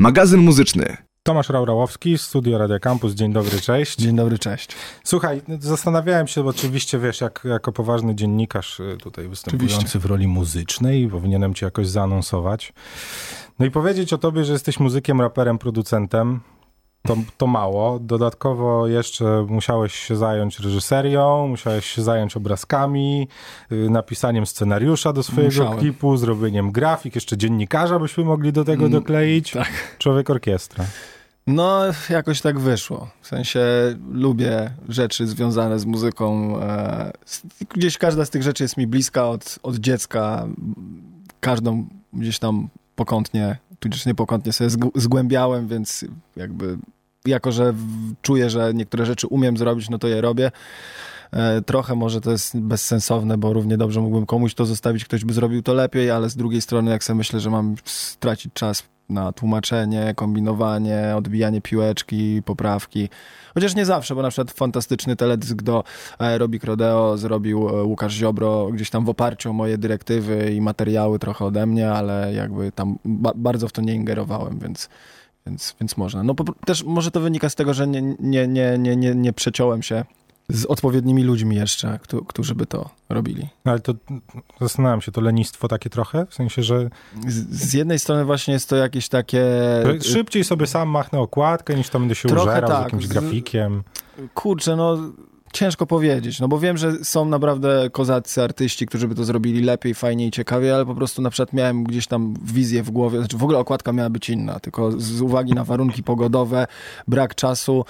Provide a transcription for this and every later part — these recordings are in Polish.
magazyn muzyczny. Tomasz Raurałowski, Studio Radia Campus. Dzień dobry, cześć. Dzień dobry, cześć. Słuchaj, zastanawiałem się, bo oczywiście, wiesz, jako poważny dziennikarz tutaj występujący Oczywiście. w roli muzycznej, powinienem cię jakoś zaanonsować. No i powiedzieć o tobie, że jesteś muzykiem, raperem, producentem, to mało. Dodatkowo jeszcze musiałeś się zająć reżyserią, musiałeś się zająć obrazkami, napisaniem scenariusza do swojego klipu, zrobieniem grafik, jeszcze dziennikarza byśmy mogli do tego dokleić. Tak. Człowiek orkiestra. No, jakoś tak wyszło. W sensie lubię rzeczy związane z muzyką. Gdzieś każda z tych rzeczy jest mi bliska od dziecka. Każdą gdzieś tam pokątnie, tudzież niepokątnie sobie zgłębiałem, więc jakby jako, że czuję, że niektóre rzeczy umiem zrobić, no to je robię. Trochę może to jest bezsensowne, bo równie dobrze mógłbym komuś to zostawić, ktoś by zrobił to lepiej, ale z drugiej strony jak sobie myślę, że mam stracić czas na tłumaczenie, kombinowanie, odbijanie piłeczki, poprawki. Chociaż nie zawsze, bo na przykład fantastyczny teledysk do Aerobik Rodeo zrobił Łukasz Ziobro gdzieś tam w oparciu o moje dyrektywy i materiały trochę ode mnie, ale jakby tam bardzo w to nie ingerowałem, więc można. No też może to wynika z tego, że nie przeciąłem się z odpowiednimi ludźmi jeszcze, którzy by to robili. Ale to zastanawiam się, to lenistwo takie trochę? W sensie, że... Z jednej strony właśnie jest to jakieś takie... Szybciej sobie sam machnę okładkę, niż tam będę się trochę użerał tak, z jakimś grafikiem. Kurczę, no ciężko powiedzieć, no bo wiem, że są naprawdę kozacy artyści, którzy by to zrobili lepiej, fajniej, ciekawiej, ale po prostu na przykład miałem gdzieś tam wizję w głowie, znaczy w ogóle okładka miała być inna, tylko z uwagi na warunki pogodowe, brak czasu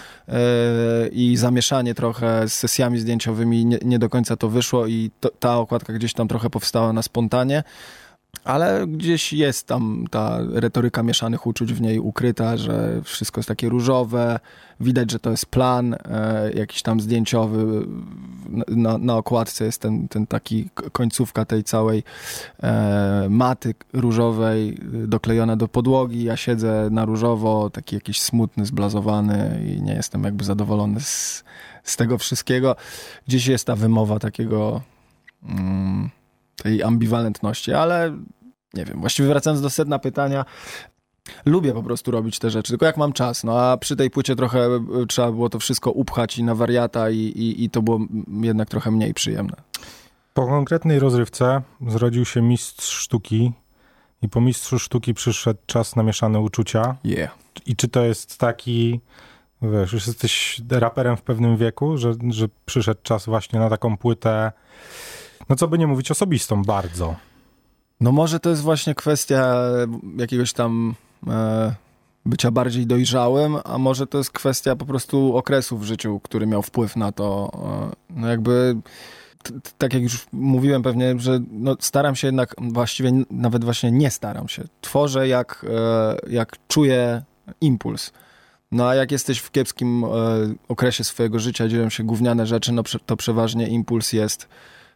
i zamieszanie trochę z sesjami zdjęciowymi nie do końca to wyszło i ta okładka gdzieś tam trochę powstała na spontanie. Ale gdzieś jest tam ta retoryka mieszanych uczuć w niej ukryta, że wszystko jest takie różowe, widać, że to jest plan jakiś tam zdjęciowy, na okładce jest ten taki końcówka tej całej maty różowej doklejona do podłogi, ja siedzę na różowo, taki jakiś smutny, zblazowany i nie jestem jakby zadowolony z tego wszystkiego. Gdzieś jest ta wymowa takiego... tej ambiwalentności, ale nie wiem, właściwie wracając do sedna pytania, lubię po prostu robić te rzeczy, tylko jak mam czas, no a przy tej płycie trochę trzeba było to wszystko upchać i na wariata i to było jednak trochę mniej przyjemne. Po konkretnej rozrywce zrodził się mistrz sztuki i po mistrzu sztuki przyszedł czas na mieszane uczucia. Yeah. I czy to jest taki, wiesz, już jesteś raperem w pewnym wieku, że przyszedł czas właśnie na taką płytę, no co by nie mówić, osobistą bardzo. No może to jest właśnie kwestia jakiegoś tam bycia bardziej dojrzałym, a może to jest kwestia po prostu okresu w życiu, który miał wpływ na to. No jakby, tak jak już mówiłem pewnie, że no staram się jednak, właściwie nawet właśnie nie staram się. Tworzę jak czuję impuls. No a jak jesteś w kiepskim okresie swojego życia, dzieją się gówniane rzeczy, no to przeważnie impuls jest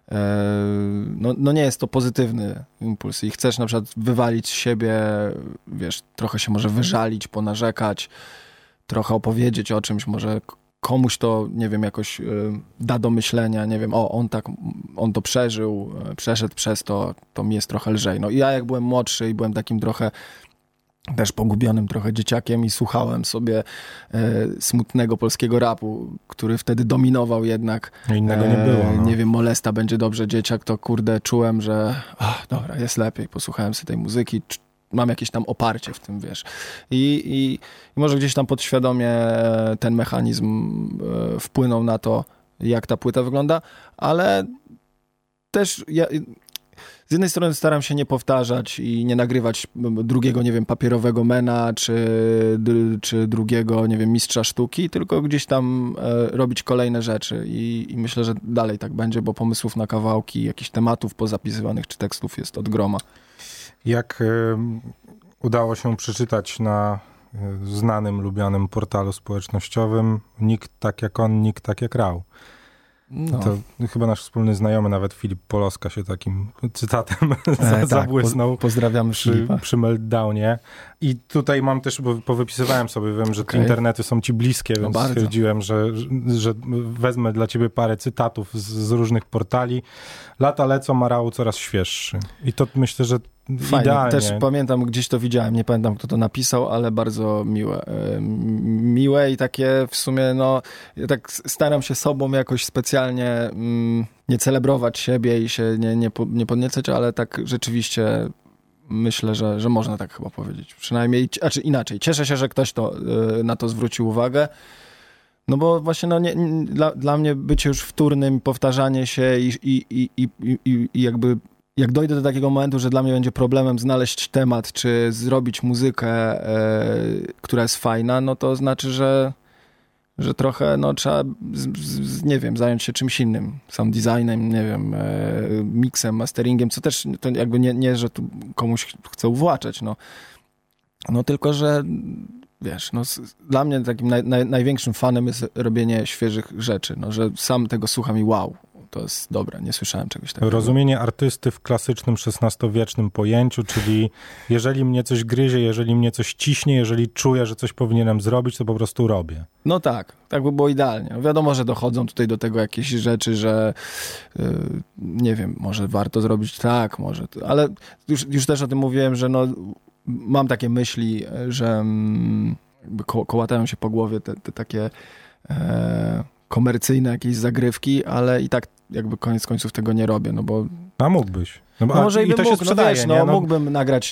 no nie jest to pozytywny impuls i chcesz na przykład wywalić z siebie, wiesz, trochę się może wyżalić, ponarzekać, trochę opowiedzieć o czymś, może komuś to, nie wiem, jakoś da do myślenia, nie wiem, on to przeżył, przeszedł przez to mi jest trochę lżej. No i ja jak byłem młodszy i byłem takim trochę też pogubionym trochę dzieciakiem i słuchałem sobie smutnego polskiego rapu, który wtedy dominował jednak. Innego nie było. No. Nie wiem, Molesta, Będzie dobrze, Dzieciak, to kurde czułem, że dobra, jest lepiej. Posłuchałem sobie tej muzyki, mam jakieś tam oparcie w tym, wiesz. I może gdzieś tam podświadomie ten mechanizm wpłynął na to, jak ta płyta wygląda, ale też ja... Z jednej strony staram się nie powtarzać i nie nagrywać drugiego, nie wiem, papierowego Mena, czy drugiego, nie wiem, mistrza sztuki, tylko gdzieś tam robić kolejne rzeczy i myślę, że dalej tak będzie, bo pomysłów na kawałki, jakichś tematów pozapisywanych czy tekstów jest od groma. Jak udało się przeczytać na znanym, lubianym portalu społecznościowym nikt tak jak on, nikt tak jak Rał. No. To chyba nasz wspólny znajomy, nawet Filip Poloska się takim cytatem zabłysnął. Pozdrawiam przy Meltdownie. I tutaj mam też, bo powypisywałem sobie, wiem, że te internety są ci bliskie, więc stwierdziłem, że wezmę dla ciebie parę cytatów z różnych portali. Lata lecą, a Rał coraz świeższy. I to myślę, że Fajnie. idealnie. Też pamiętam, gdzieś to widziałem, nie pamiętam kto to napisał, ale bardzo miłe. Miłe i takie w sumie, no, ja tak staram się sobą jakoś specjalnie nie celebrować siebie i się nie podniecać, ale tak rzeczywiście myślę, że można tak chyba powiedzieć. Przynajmniej, czy inaczej. Cieszę się, że ktoś na to zwrócił uwagę. No bo właśnie dla mnie bycie już wtórnym, powtarzanie się i jakby jak dojdę do takiego momentu, że dla mnie będzie problemem znaleźć temat, czy zrobić muzykę, która jest fajna, no to znaczy, że trochę trzeba, nie wiem, zająć się czymś innym. Sound designem, nie wiem, miksem, masteringiem, co też to jakby nie że tu komuś chcę uwłaczać, no tylko, że wiesz, dla mnie takim największym fanem jest robienie świeżych rzeczy, że sam tego słucham i wow, to jest dobre, nie słyszałem czegoś takiego. Rozumienie artysty w klasycznym XVI-wiecznym pojęciu, czyli jeżeli mnie coś gryzie, jeżeli mnie coś ciśnie, jeżeli czuję, że coś powinienem zrobić, to po prostu robię. No tak by było idealnie. Wiadomo, że dochodzą tutaj do tego jakieś rzeczy, że nie wiem, może warto zrobić tak, może, ale już też o tym mówiłem, że mam takie myśli, że kołatają się po głowie te takie komercyjne jakieś zagrywki, ale i tak jakby koniec końców tego nie robię, bo... A mógłbyś. Może i to się sprzedaje, mógłbym nagrać,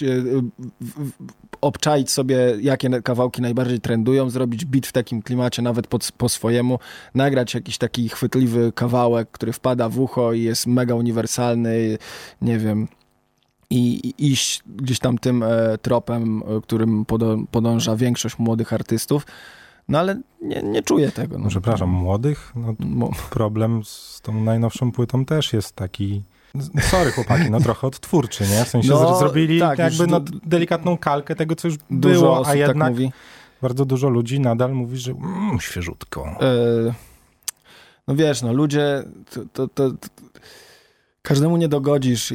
obczaić sobie, jakie kawałki najbardziej trendują, zrobić beat w takim klimacie, nawet po swojemu, nagrać jakiś taki chwytliwy kawałek, który wpada w ucho i jest mega uniwersalny, nie wiem... I iść gdzieś tam tym tropem, którym podąża większość młodych artystów, ale nie czuję tego. Przepraszam, młodych? Problem z tą najnowszą płytą też jest taki... Sorry chłopaki, trochę odtwórczy, nie? W sensie zrobili tak, jakby delikatną kalkę tego, co już było, a jednak tak bardzo dużo ludzi nadal mówi, że świeżutko. Wiesz, ludzie to każdemu nie dogodzisz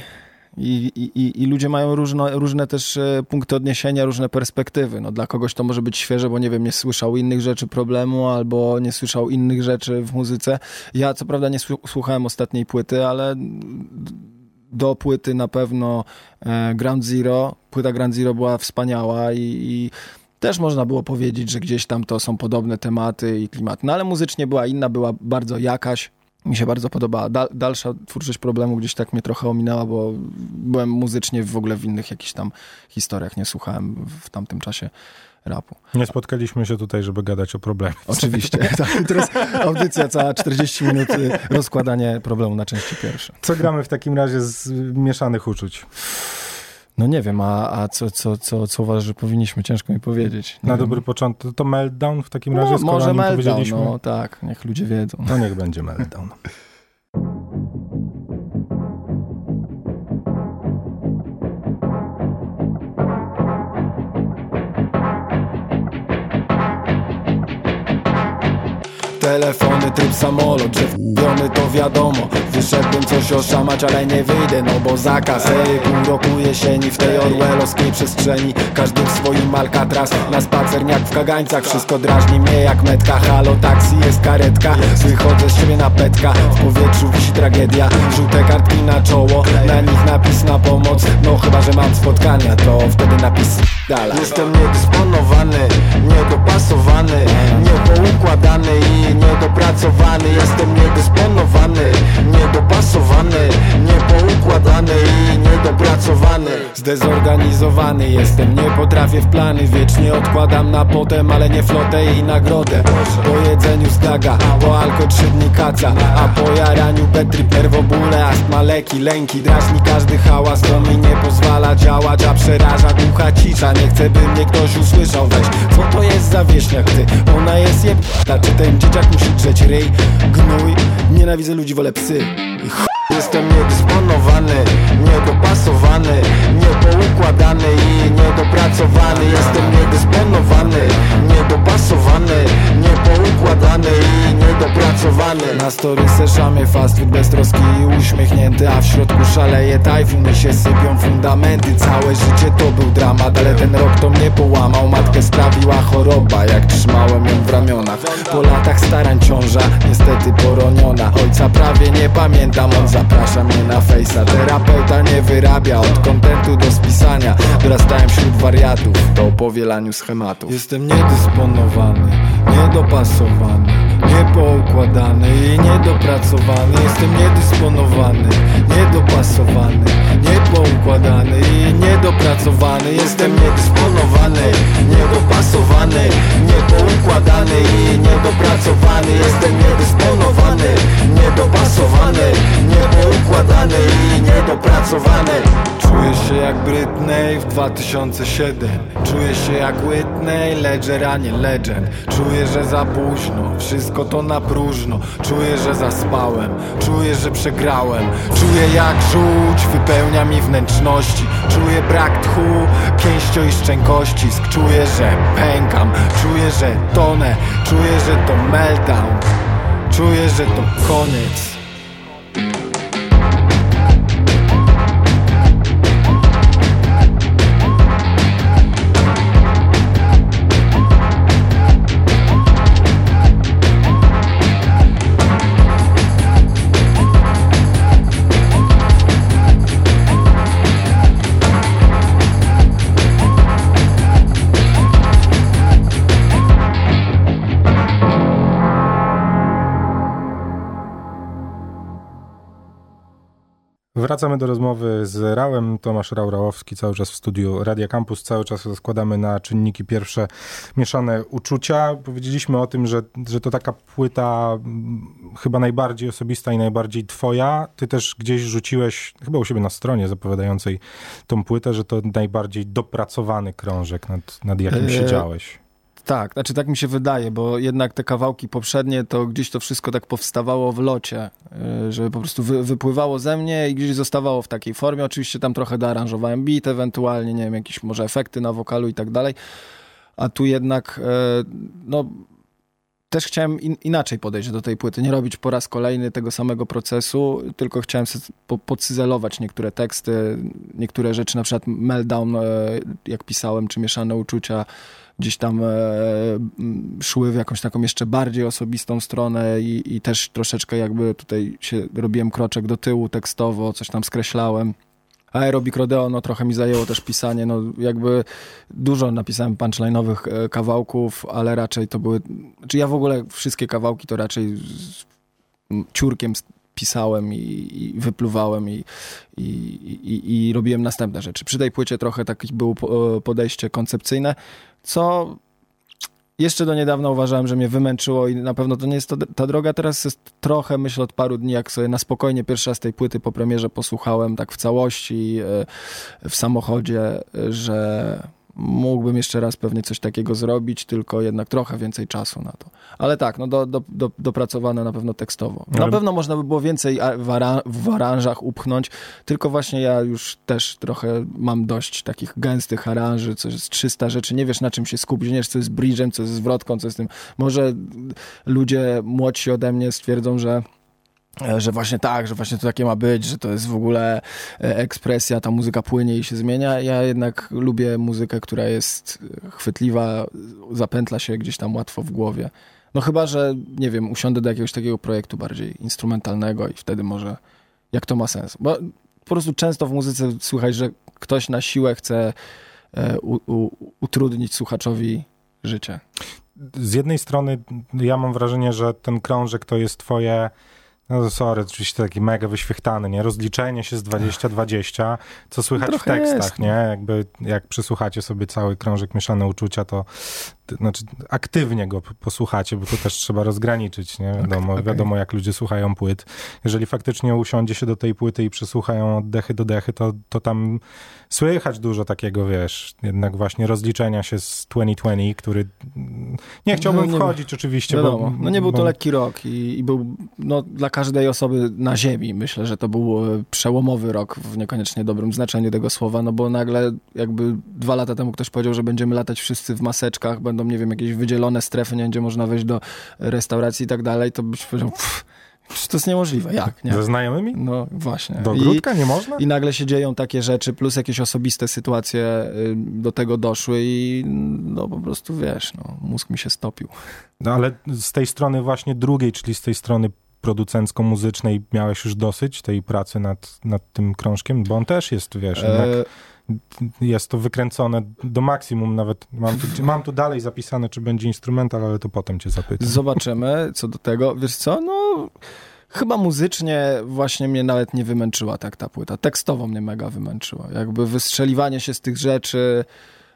i ludzie mają różne też punkty odniesienia, różne perspektywy. Dla kogoś to może być świeże, bo nie wiem, nie słyszał innych rzeczy problemu, albo nie słyszał innych rzeczy w muzyce. Ja co prawda nie słuchałem ostatniej płyty, ale do płyty na pewno płyta Ground Zero była wspaniała i też można było powiedzieć, że gdzieś tam to są podobne tematy i klimaty. Ale muzycznie była inna, była bardzo jakaś. Mi się bardzo podobała. Dalsza twórczość Problemu gdzieś tak mnie trochę ominęła, bo byłem muzycznie w ogóle w innych jakichś tam historiach. Nie słuchałem w tamtym czasie rapu. Nie spotkaliśmy się tutaj, żeby gadać o problemie. Oczywiście. Tak, teraz audycja cała 40 minut, rozkładanie Problemu na części pierwsze. Co gramy w takim razie z mieszanych uczuć? Nie wiem, a co uważasz, że powinniśmy? Ciężko mi powiedzieć. Na dobry początek to Meltdown w takim razie, skoro może o nim Meltdown, powiedzieliśmy? Tak, niech ludzie wiedzą. To niech będzie Meltdown. Telefony, tryb samolot, że wpiony to wiadomo. Wyszedłbym coś oszamać, ale nie wyjdę, bo zakaz. Pół roku jesieni w tej orwellowskiej przestrzeni. Każdy w swoim Alcatraz, na spacerniak w kagańcach. Wszystko drażni mnie jak metka. Halo, taksi, jest karetka. Wychodzę z siebie na petka, w powietrzu wisi tragedia. Żółte kartki na czoło, na nich napis na pomoc. Chyba, że mam spotkania, to wtedy napis dalej. Jestem niedysponowany, niedopasowany, niepoukładany i niedopracowany. Jestem niedysponowany, niedopasowany, niepoukładany i niedopracowany. Zdezorganizowany jestem, nie potrafię w plany. Wiecznie odkładam na potem, ale nie flotę i nagrodę. Po jedzeniu zgaga, po alko 3 dni kaca, a po jaraniu bedtrip, nerwobóle, astma, leki, lęki. Drażni każdy hałas, to mi nie pozwala działać, a przeraża głucha cisza. Nie chcę, by mnie ktoś usłyszał. Weź, co to jest za wieśniak ty? Ona jest jebata, czy ten dzieciak musi drzeć ryj? Gnój, nienawidzę ludzi, wolę psy. Jestem niedysponowany, niedopasowany, niepoukładany i niedopracowany. Jestem niedysponowany, niedopasowany, niepoukładany i niedopracowany. Na Storysy szamie fast food beztroski i uśmiechnięty, a w środku szaleje tajfun i się sypią fundamenty. Całe życie to był dramat, ale ten rok to mnie połamał. Matkę sprawiła choroba, jak trzymałem ją w ramionach. Po latach starań ciąża, niestety poroniona. Ojca prawie nie pamiętam, on zaprasza mnie na fejsa. Terapeuta nie wyrabia, od kontentu do spisania. Dorastałem wśród wariatów, to o powielaniu schematów. Jestem niedysponowany, niedopasowany, niepoukładany i niedopracowany. Jestem niedysponowany, niedopasowany, niepoukładany i niedopracowany. Jestem niedysponowany, niedopasowany, niepoukładany i niedopracowany. Jestem niedysponowany, niedopasowany, niepoukładany i niedopracowany. Czuję się jak Britney w 2007. Czuję się jak Whitney, Ledger, a nie Legend. Czuję, że za późno, wszystko to na próżno. Czuję, że zaspałem, czuję, że przegrałem. Czuję jak żółć wypełnia mi wnętrzności. Czuję brak tchu, pięścio i szczękościsk. Czuję, że pękam, czuję, że tonę. Czuję, że to meltdown. Czuję, że to koniec. Wracamy do rozmowy z Rałem. Tomasz Rał-Rałowski cały czas w studiu Radia Campus. Cały czas rozkładamy na czynniki pierwsze mieszane uczucia. Powiedzieliśmy o tym, że to taka płyta chyba najbardziej osobista i najbardziej twoja. Ty też gdzieś rzuciłeś, chyba u siebie na stronie zapowiadającej tą płytę, że to najbardziej dopracowany krążek, nad jakim siedziałeś. Tak, znaczy tak mi się wydaje, bo jednak te kawałki poprzednie, to gdzieś to wszystko tak powstawało w locie, że po prostu wypływało ze mnie i gdzieś zostawało w takiej formie. Oczywiście tam trochę doaranżowałem beat, ewentualnie, nie wiem, jakieś może efekty na wokalu i tak dalej, a tu jednak, no, też chciałem inaczej podejść do tej płyty, nie robić po raz kolejny tego samego procesu, tylko chciałem podcyzelować niektóre teksty, niektóre rzeczy, na przykład Meltdown, jak pisałem, czy Mieszane uczucia, gdzieś tam szły w jakąś taką jeszcze bardziej osobistą stronę i też troszeczkę jakby tutaj się robiłem kroczek do tyłu tekstowo, coś tam skreślałem. Aerobik Rodeo, no trochę mi zajęło też pisanie, no jakby dużo napisałem punchline'owych kawałków, ale raczej to były, znaczy ja w ogóle wszystkie kawałki to raczej ciurkiem pisałem i wypluwałem i robiłem następne rzeczy. Przy tej płycie trochę takie było podejście koncepcyjne, co jeszcze do niedawna uważałem, że mnie wymęczyło i na pewno to nie jest ta droga. Teraz jest trochę, myślę, od paru dni, jak sobie na spokojnie pierwszy raz tej płyty po premierze posłuchałem tak w całości w samochodzie, że mógłbym jeszcze raz pewnie coś takiego zrobić, tylko jednak trochę więcej czasu na to. Ale tak, no dopracowane na pewno tekstowo. Na pewno można by było więcej w aranżach upchnąć, tylko właśnie ja już też trochę mam dość takich gęstych aranży, coś jest 300 rzeczy, nie wiesz na czym się skupić, nie wiesz co jest bridge'em, co jest zwrotką, co jest tym. Może ludzie młodsi ode mnie stwierdzą, że właśnie tak, że właśnie to takie ma być, że to jest w ogóle ekspresja, ta muzyka płynie i się zmienia. Ja jednak lubię muzykę, która jest chwytliwa, zapętla się gdzieś tam łatwo w głowie. No chyba, że, nie wiem, usiądę do jakiegoś takiego projektu bardziej instrumentalnego i wtedy może, jak to ma sens. Bo po prostu często w muzyce słychać, że ktoś na siłę chce utrudnić słuchaczowi życie. Z jednej strony ja mam wrażenie, że ten krążek to jest twoje... No sorry, oczywiście taki mega wyświechtany, nie? Rozliczenie się z 2020, co słychać w tekstach, jest, nie? Jakby jak przysłuchacie sobie cały krążek Mieszane uczucia, to znaczy aktywnie go posłuchacie, bo to też trzeba rozgraniczyć, nie? Wiadomo jak ludzie słuchają płyt. Jeżeli faktycznie usiądzie się do tej płyty i przysłuchają od dechy do dechy, to tam słychać dużo takiego, wiesz, jednak właśnie rozliczenia się z 2020, który nie chciałbym wchodzić oczywiście. Wiadomo, nie był to lekki rok i był dla każdej osoby na ziemi. Myślę, że to był przełomowy rok w niekoniecznie dobrym znaczeniu tego słowa, no bo nagle jakby 2 lata temu ktoś powiedział, że będziemy latać wszyscy w maseczkach, będą, nie wiem, jakieś wydzielone strefy, nie będzie można wejść do restauracji i tak dalej, to byś powiedział, To jest niemożliwe, jak? Nie? Ze znajomymi? No właśnie. Do ogródka nie można? I nagle się dzieją takie rzeczy, plus jakieś osobiste sytuacje do tego doszły i no po prostu wiesz, no mózg mi się stopił. No ale z tej strony właśnie drugiej, czyli z tej strony producencko-muzycznej miałeś już dosyć tej pracy nad tym krążkiem? Bo on też jest, wiesz, jest to wykręcone do maksimum, nawet mam tu dalej zapisane, czy będzie instrumental, ale to potem cię zapytam. Zobaczymy co do tego. Wiesz co, no chyba muzycznie właśnie mnie nawet nie wymęczyła tak ta płyta. Tekstowo mnie mega wymęczyła. Jakby wystrzeliwanie się z tych rzeczy,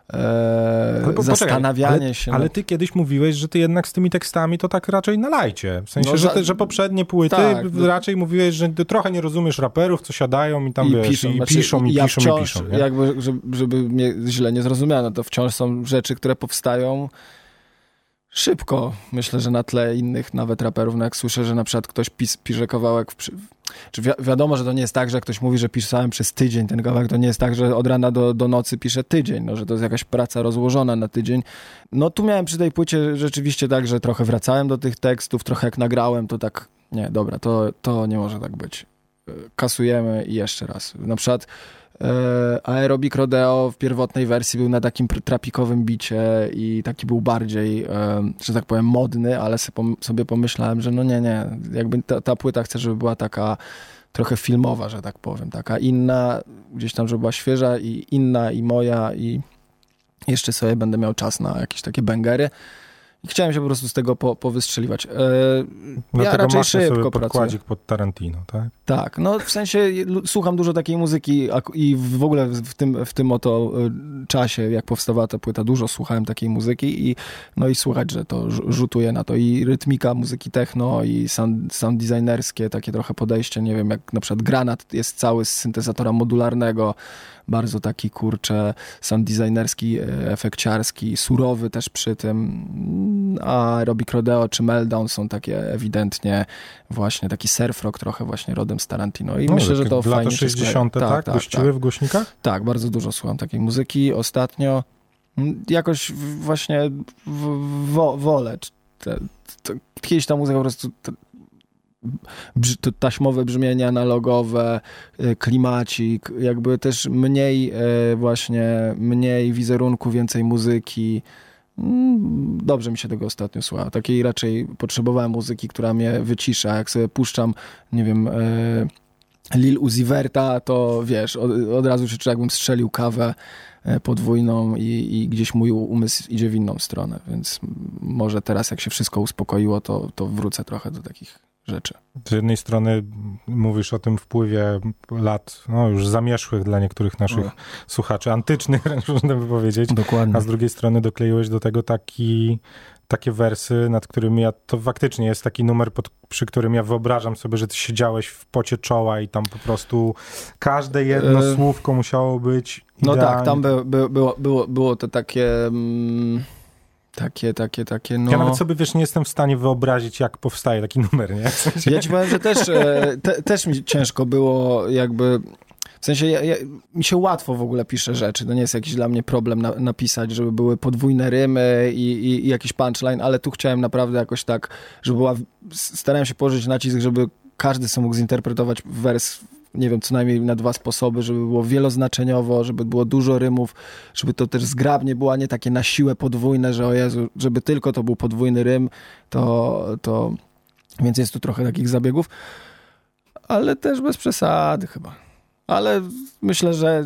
zastanawianie się. Ale ty kiedyś mówiłeś, że ty jednak z tymi tekstami to tak raczej na lajcie. W sensie, że poprzednie płyty raczej mówiłeś, że ty trochę nie rozumiesz raperów, co siadają i tam piszą. Jakby, żeby mnie źle nie zrozumiano, to wciąż są rzeczy, które powstają szybko. Myślę, że na tle innych nawet raperów, no jak słyszę, że na przykład ktoś pisze kawałek czy wiadomo, że to nie jest tak, że ktoś mówi, że pisałem przez tydzień ten kawałek, to nie jest tak, że od rana do nocy piszę tydzień, no, że to jest jakaś praca rozłożona na tydzień. No tu miałem przy tej płycie rzeczywiście tak, że trochę wracałem do tych tekstów, trochę jak nagrałem, to tak, nie, dobra, to nie może tak być. Kasujemy i jeszcze raz. Na przykład Aerobik Rodeo w pierwotnej wersji był na takim trapikowym bicie i taki był bardziej, że tak powiem, modny, ale sobie pomyślałem, że no nie, jakby ta płyta chcę, żeby była taka trochę filmowa, że tak powiem, taka inna, gdzieś tam, żeby była świeża i inna i moja i jeszcze sobie będę miał czas na jakieś takie bangery. I chciałem się po prostu z tego powystrzeliwać. Ja raczej szybko podkładzik pod Tarantino, tak? Tak, no w sensie słucham dużo takiej muzyki i w ogóle w tym oto czasie, jak powstawała ta płyta, dużo słuchałem takiej muzyki i słuchać, że to rzutuje na to i rytmika muzyki techno i sound designerskie, takie trochę podejście, nie wiem, jak na przykład Granat jest cały z syntezatora modularnego, bardzo taki, kurczę, sound designerski, efekciarski, surowy też przy tym, a Aerobik Rodeo czy Meltdown są takie ewidentnie właśnie taki surf rock trochę właśnie rodem z Tarantino i myślę, że to fajnie lata 60. tak? Gościły w głośnikach? Tak, bardzo dużo słucham takiej muzyki. Ostatnio jakoś właśnie wolę. Kiedyś ta muzyka po prostu taśmowe brzmienie analogowe, klimacik, jakby też mniej wizerunku, więcej muzyki. Dobrze mi się tego ostatnio słucha. Takiej raczej potrzebowałem muzyki, która mnie wycisza. Jak sobie puszczam, nie wiem, Lil Uzi Verta, to wiesz, od razu się czuję, jakbym strzelił kawę podwójną i gdzieś mój umysł idzie w inną stronę, więc może teraz jak się wszystko uspokoiło, to wrócę trochę do takich rzeczy. Z jednej strony mówisz o tym wpływie lat, no już zamieszłych dla niektórych naszych słuchaczy, antycznych, można by powiedzieć. Dokładnie. A z drugiej strony dokleiłeś do tego takie wersy, nad którymi to faktycznie jest taki numer, przy którym ja wyobrażam sobie, że ty siedziałeś w pocie czoła i tam po prostu każde jedno słówko musiało być idealnie. No tak, tam było to takie... Takie, no... Ja nawet sobie, wiesz, nie jestem w stanie wyobrazić, jak powstaje taki numer, nie? W sensie... Ja ci powiem, że też mi ciężko było jakby... W sensie mi się łatwo w ogóle pisze rzeczy. To nie jest jakiś dla mnie problem napisać, żeby były podwójne rymy i jakiś punchline, ale tu chciałem naprawdę jakoś tak, żeby starałem się położyć nacisk, żeby każdy sobie mógł zinterpretować wers, nie wiem, co najmniej na 2 sposoby, żeby było wieloznaczeniowo, żeby było dużo rymów, żeby to też zgrabnie było, a nie takie na siłę podwójne, że o Jezu, żeby tylko to był podwójny rym, to... Więc jest tu trochę takich zabiegów, ale też bez przesady chyba. Ale myślę, że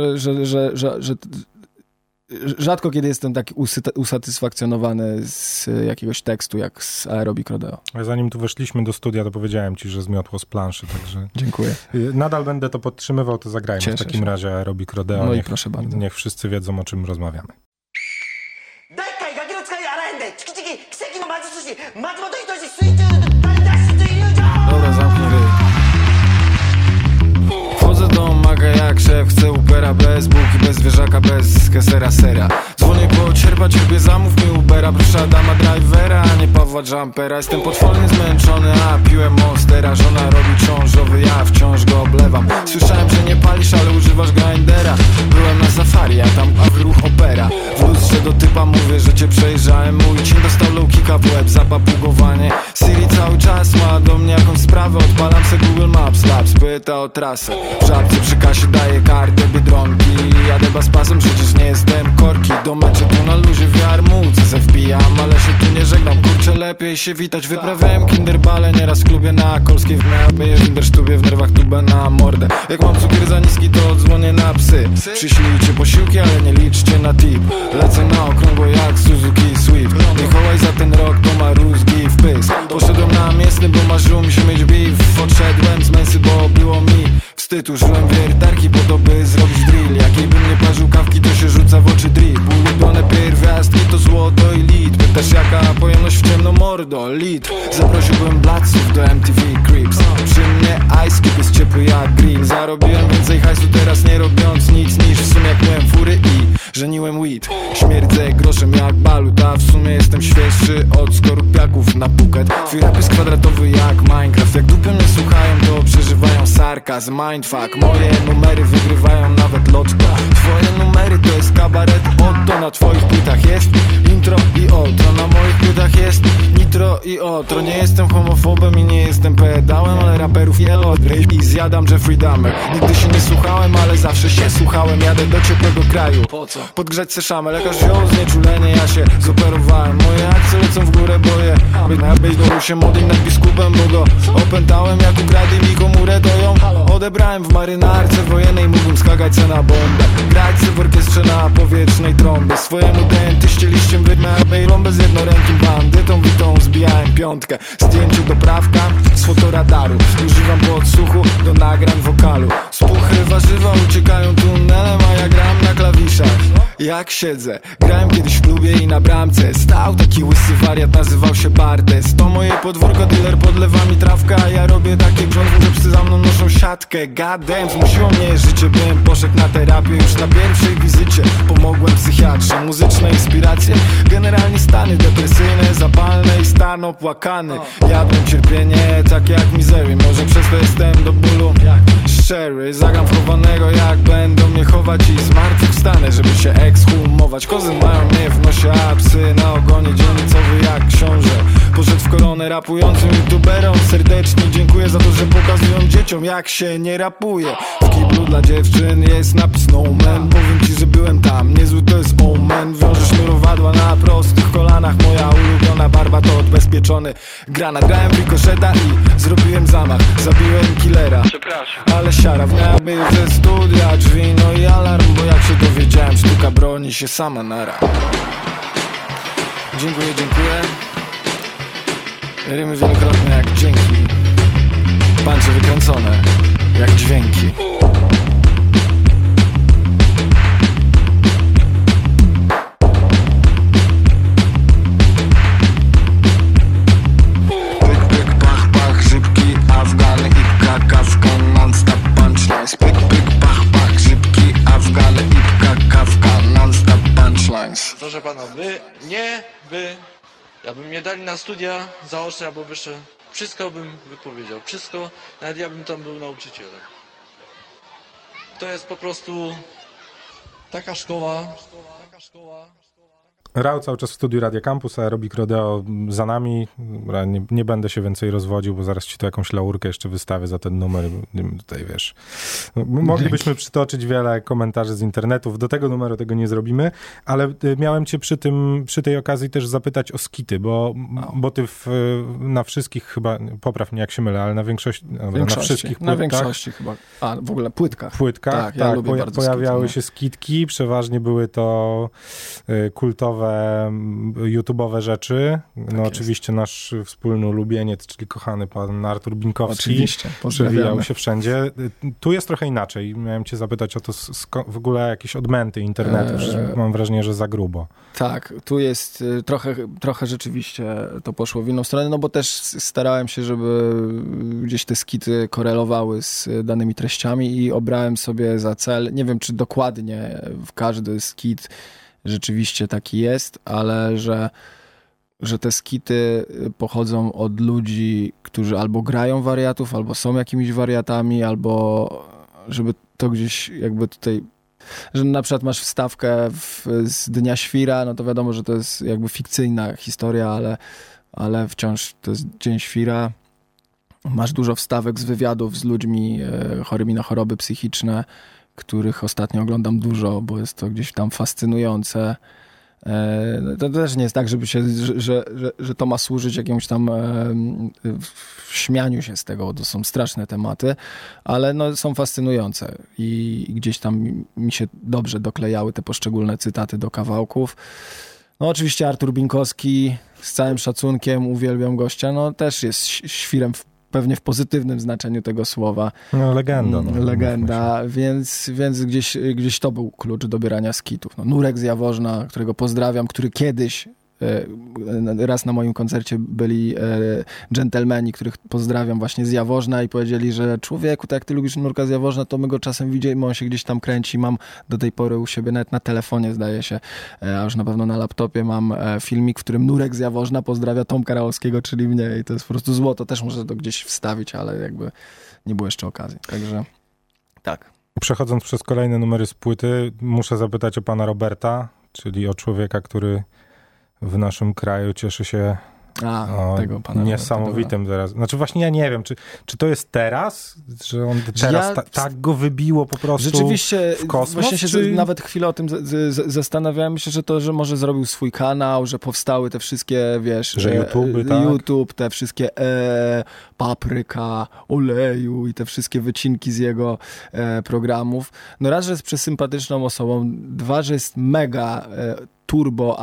rzadko kiedy jestem tak usatysfakcjonowany z jakiegoś tekstu, jak z Aerobik Rodeo. Zanim tu weszliśmy do studia, to powiedziałem ci, że zmiotło z planszy, także... Dziękuję. Nadal będę to podtrzymywał, to zagrajmy w takim razie Aerobik Rodeo. No i proszę bardzo. Niech wszyscy wiedzą, o czym rozmawiamy. Dobra, zamknij ryj. Wchodzę do maga jak szef, chcę Ubera bez bułki, bez zwierzaka, bez kesera sera. Dzwonię po cierpa, cierpię, zamów mi Ubera. Proszę Adama Drivera, a nie Pawła Jumpera. Jestem potwornie zmęczony, a piłem Monstera. Żona robi ciążowy, ja wciąż go oblewam. Słyszałem, że nie palisz, ale używasz grindera. Byłem na safari, a tam w ruch opera. W W lustrze do typa mówię, że cię przejrzałem. Mój cin dostał low kicka w łeb za papugowanie. Siri cały czas ma do mnie jakąś sprawę. Odpalam se Google Maps, Labs, pyta o trasę. W żabce przy kasie daję kartę Biedronki. Jadę baspasem, przecież nie jestem korki. Do meczu tu na luzie w jarmułce se wpijam, ale się tu nie żegnam, kurczę, lepiej się witać. Wyprawiałem kinderbale nieraz w klubie na Kolskiej. W miarę kindersztubie, w nerwach tubę na mordę. Jak mam cukier za niski, to dzwonię na psy. Przyślijcie posiłki, ale nie liczcie na tip. Lecę na okrągło jak Suzuki Swift. Mikołaj za ten rok to ma rózgi w pysk. Poszedłem na miestny, bo marzyło mi się mieć beef. Odszedłem z męsy, bo było mi wstyd. Użyłem wiertarki po to, by zrobić drill. Jakiej bym nie parzył kawki, to się rzuca w oczy drip. Ulubione pierwiastki to złoto i lit. Pytasz jaka pojemność w ciemno, mordo, lit. Zaprosiłbym blatców do MTV Creeps. Przy mnie ice cube jest ciepły jak grill. Zarobiłem więcej hajsu teraz nie robiąc nic, niż w sumie jak miałem fury i żeniłem weed. Śmierdzę groszem jak balut, a w sumie jestem świeższy od skorupiaków na buket. Twój rap jest kwadratowy jak Minecraft. Jak dupy mnie słuchają, to przeżywają sarkazm, mindfuck. Moje numery wygrywają nawet lotto. Twoje numery to jest kabaret Otto. Na twoich płytach jest intro i outro. Na moich płytach jest nitro i otro. Nie jestem homofobem i nie jestem pedałem, ale raperów yellow i zjadam Jeffrey Dahmer. Nigdy się nie słuchałem, ale zawsze się słuchałem. Jadę do ciepłego kraju, po co? Podgrzać se szamę. Lekarz wziął znieczulenie, ja się zoperowałem. Moje akcje lecą w górę, boję być do się modlić nad biskupem, bo go opętałem jak ukradli mi komórę doją. Odebrałem w marynarce wojennej, mógłbym skakać se na bombę. Grać se w orkiestrze na powietrznej trąbie. Swojemu dentyście liściem wydmę rąbę z jednorękim bandytą witą zbijałem piątkę. Zdjęciu doprawka z fotoradaru. Używam podsłuchu do nagrań wokalu. Spuchy warzywa uciekają tunelem, a ja gram na klawiszach jak siedzę. Grałem kiedyś w klubie i na bramce stał taki łysy wariat, nazywał się Bartes. To moje podwórko, dealer podlewa mi trawkę, a ja robię takie grządki, że psy za mną noszą siatkę. God damn, zmusiło mnie życie, bym poszedł na terapię już na pierwszej wizycie. Pomogłem psychiatrze, muzyczne inspiracje, generalnie stany depresyjne, zapalne i stan opłakany. Jadłem cierpienie, tak jak mizery, może przez to jestem do bólu szczery. Zagram wchowanego jak będą mnie chować i zmartwychwstanę, żeby się ekshumować. Kozy mają mnie w nosie, a psy na ogonie, dzielnicowy jak książę. Poszedł w koronę rapującym youtuberom. Serdecznie dziękuję za to, że pokazują dzieciom jak się nie rapuje. W kiblu dla dziewczyn jest napis no man. Powiem ci, że byłem tam, niezły to jest omen. Wiążę sznurowadła na prostych kolanach. Moja ulubiona barba to odbezpieczony granat. Grałem rikoszeta i zrobiłem zamach. Zabiłem killera, przepraszam, ale siara. Miała być ze studia, drzwi, no i alarm. Bo jak się dowiedziałem, sztuka broni się sama nara. Dziękuję, dziękuję. Rymy wielokrotne jak dzięki. Pancze wykręcone jak dźwięki. Pyk, pyk, pach, pach, grzybki, Afgan, ipka, kawka, non-stop punchlines. Pyk, pyk, pach, pach, grzybki, Afgan, ipka, kawka, non-stop punchlines. Proszę pana, jakby mnie dali na studia zaoczne albo wyższe, wszystko bym wypowiedział, wszystko, nawet ja bym tam był nauczycielem. To jest po prostu taka szkoła. Rał cały czas w studiu Radia Campus, Aerobik Rodeo za nami. Nie będę się więcej rozwodził, bo zaraz ci tu jakąś laurkę jeszcze wystawię za ten numer. Tutaj wiesz. Moglibyśmy przytoczyć wiele komentarzy z internetów. Do tego numeru tego nie zrobimy, ale miałem cię przy tej okazji też zapytać o skity, bo ty na wszystkich chyba, popraw mnie jak się mylę, ale na większości. Na wszystkich płytkach. Na większości chyba. A, w ogóle płytkach. Tak, ja lubię bardzo pojawiały skity, się skitki, przeważnie były to kultowe YouTube'owe rzeczy. No tak oczywiście nasz wspólny ulubieniec, czyli kochany pan Artur Binkowski. Oczywiście, przewijał się wszędzie. Tu jest trochę inaczej. Miałem cię zapytać o to w ogóle jakieś odmęty internetu. Mam wrażenie, że za grubo. Tak, tu jest trochę rzeczywiście to poszło w inną stronę, no bo też starałem się, żeby gdzieś te skity korelowały z danymi treściami i obrałem sobie za cel, nie wiem czy dokładnie w każdy skit rzeczywiście taki jest, ale że te skity pochodzą od ludzi, którzy albo grają wariatów, albo są jakimiś wariatami, albo żeby to gdzieś jakby tutaj że na przykład masz wstawkę z Dnia Świra, no to wiadomo, że to jest jakby fikcyjna historia, ale wciąż to jest Dzień Świra. Masz dużo wstawek z wywiadów z ludźmi chorymi na choroby psychiczne, których ostatnio oglądam dużo, bo jest to gdzieś tam fascynujące. To też nie jest tak, że to ma służyć jakiemuś tam śmianiu się z tego, bo to są straszne tematy, ale no, są fascynujące i gdzieś tam mi się dobrze doklejały te poszczególne cytaty do kawałków. No oczywiście Artur Binkowski, z całym szacunkiem, uwielbiam gościa, no też jest świrem pewnie w pozytywnym znaczeniu tego słowa. No legenda. Legenda, więc gdzieś to był klucz dobierania skitów. No, Nurek z Jaworzna, którego pozdrawiam, który kiedyś raz na moim koncercie byli dżentelmeni, których pozdrawiam właśnie z Jaworzna i powiedzieli, że człowieku, tak jak ty lubisz Nurka z Jaworzna, to my go czasem widzimy, on się gdzieś tam kręci, mam do tej pory u siebie nawet na telefonie, zdaje się, a już na pewno na laptopie mam filmik, w którym Nurek z Jaworzna pozdrawia Tomka Raolskiego, czyli mnie i to jest po prostu złoto, też muszę to gdzieś wstawić, ale jakby nie było jeszcze okazji, także tak. Przechodząc przez kolejne numery z płyty, muszę zapytać o pana Roberta, czyli o człowieka, który w naszym kraju cieszy się tego pana niesamowitym teraz. Znaczy właśnie ja nie wiem, czy to jest teraz, że on teraz tak go wybiło po prostu rzeczywiście, w kosmos? Właśnie się nawet chwilę o tym zastanawiałem się, że może zrobił swój kanał, że powstały te wszystkie, wiesz... Że YouTube, te wszystkie papryka, oleju i te wszystkie wycinki z jego programów. No raz, że jest przesympatyczną osobą, dwa, że jest mega... turbo